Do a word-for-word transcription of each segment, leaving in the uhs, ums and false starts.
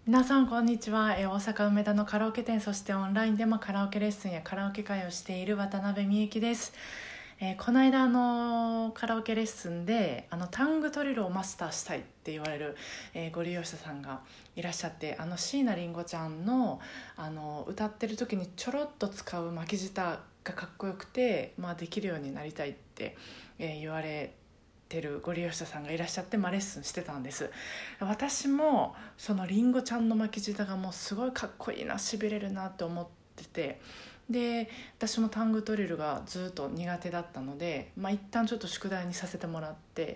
皆さんこんにちは。えー大阪梅田のカラオケ店、そしてオンラインでもカラオケレッスンやカラオケ会をしている渡辺美幸です。えーこの間あのカラオケレッスンであのタングトリルをマスターしたいって言われる、えーご利用者さんがいらっしゃって、あの椎名林檎ちゃんのあの歌ってる時にちょろっと使う巻き舌がかっこよくて、まあ、できるようになりたいって、えー言われてるご利用者さんがいらっしゃって、まあ、レッスンしてたんです。私もそのりんごちゃんの巻き舌がもうすごいかっこいいな、しびれるなって思ってて、で私もタングトリルがずっと苦手だったので、まあ、一旦ちょっと宿題にさせてもらって、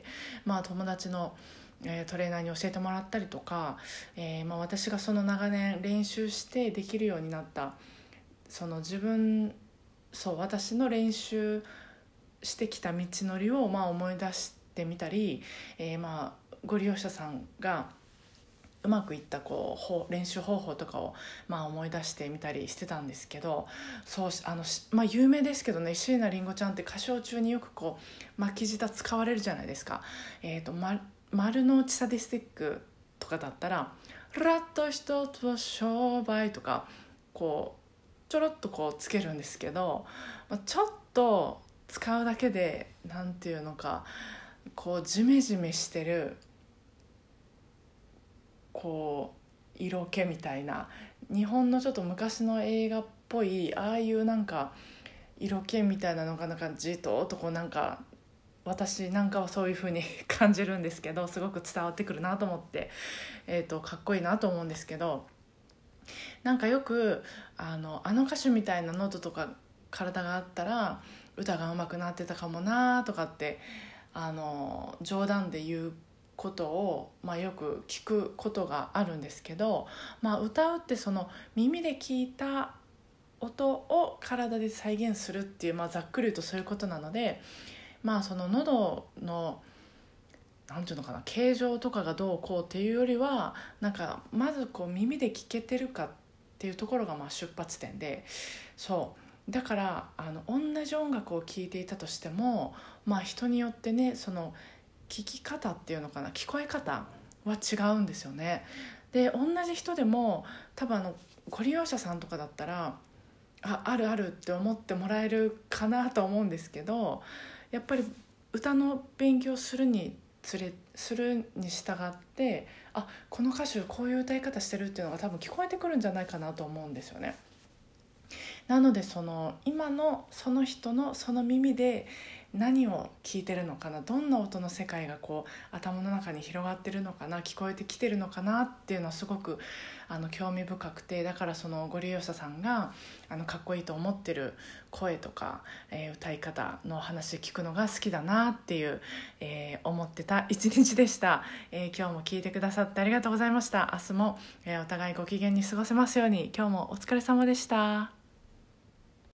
まあ、友達の、えートレーナーに教えてもらったりとか、えーまあ、私がその長年練習してできるようになったその自分そう私の練習してきた道のりをまあ思い出してみたり、えーまあご利用者さんがうまくいったこうほう練習方法とかをまあ思い出してみたりしてたんですけど、そうあのしまあ有名ですけどね、椎名林檎ちゃんって歌唱中によくこう巻き舌使われるじゃないですか。えーと、ま、丸の内サディスティックとかだったらラッと人と商売とかこうちょろっとこうつけるんですけど、まあ、ちょっと使うだけでなんていうのか、こうジメジメしてるこう色気みたいな、日本のちょっと昔の映画っぽいああいうなんか色気みたいなのがなんかじっととこうなんか私なんかはそういう風に感じるんですけど、すごく伝わってくるなと思って、えーと、かっこいいなと思うんですけど、なんかよくあのあの歌手みたいな喉とか体があったら歌が上手くなってたかもなとかってあの冗談で言うことを、まあ、よく聞くことがあるんですけど、まあ、歌うってその耳で聞いた音を体で再現するっていう、まあ、ざっくり言うとそういうことなので、まあ、その喉のなんていうのかな、形状とかがどうこうっていうよりはなんかまずこう耳で聞けてるかっていうところがまあ出発点で、そうだからあの同じ音楽を聴いていたとしても、まあ、人によってねその聞き方っていうのかな、聞こえ方は違うんですよね。で同じ人でも多分あのご利用者さんとかだったらああるあるって思ってもらえるかなと思うんですけど、やっぱり歌の勉強するにつれするに従って、あこの歌手こういう歌い方してるっていうのが多分聞こえてくるんじゃないかなと思うんですよね。なのでその今のその人のその耳で何を聞いてるのかな、どんな音の世界がこう頭の中に広がってるのかな、聞こえてきてるのかなっていうのはすごくあの興味深くて、だからそのご利用者さんがあのかっこいいと思ってる声とか、えー歌い方の話聞くのが好きだなっていう、えー思ってた一日でした。えー今日も聞いてくださってありがとうございました。明日も、えーお互いご機嫌に過ごせますように。今日もお疲れ様でした。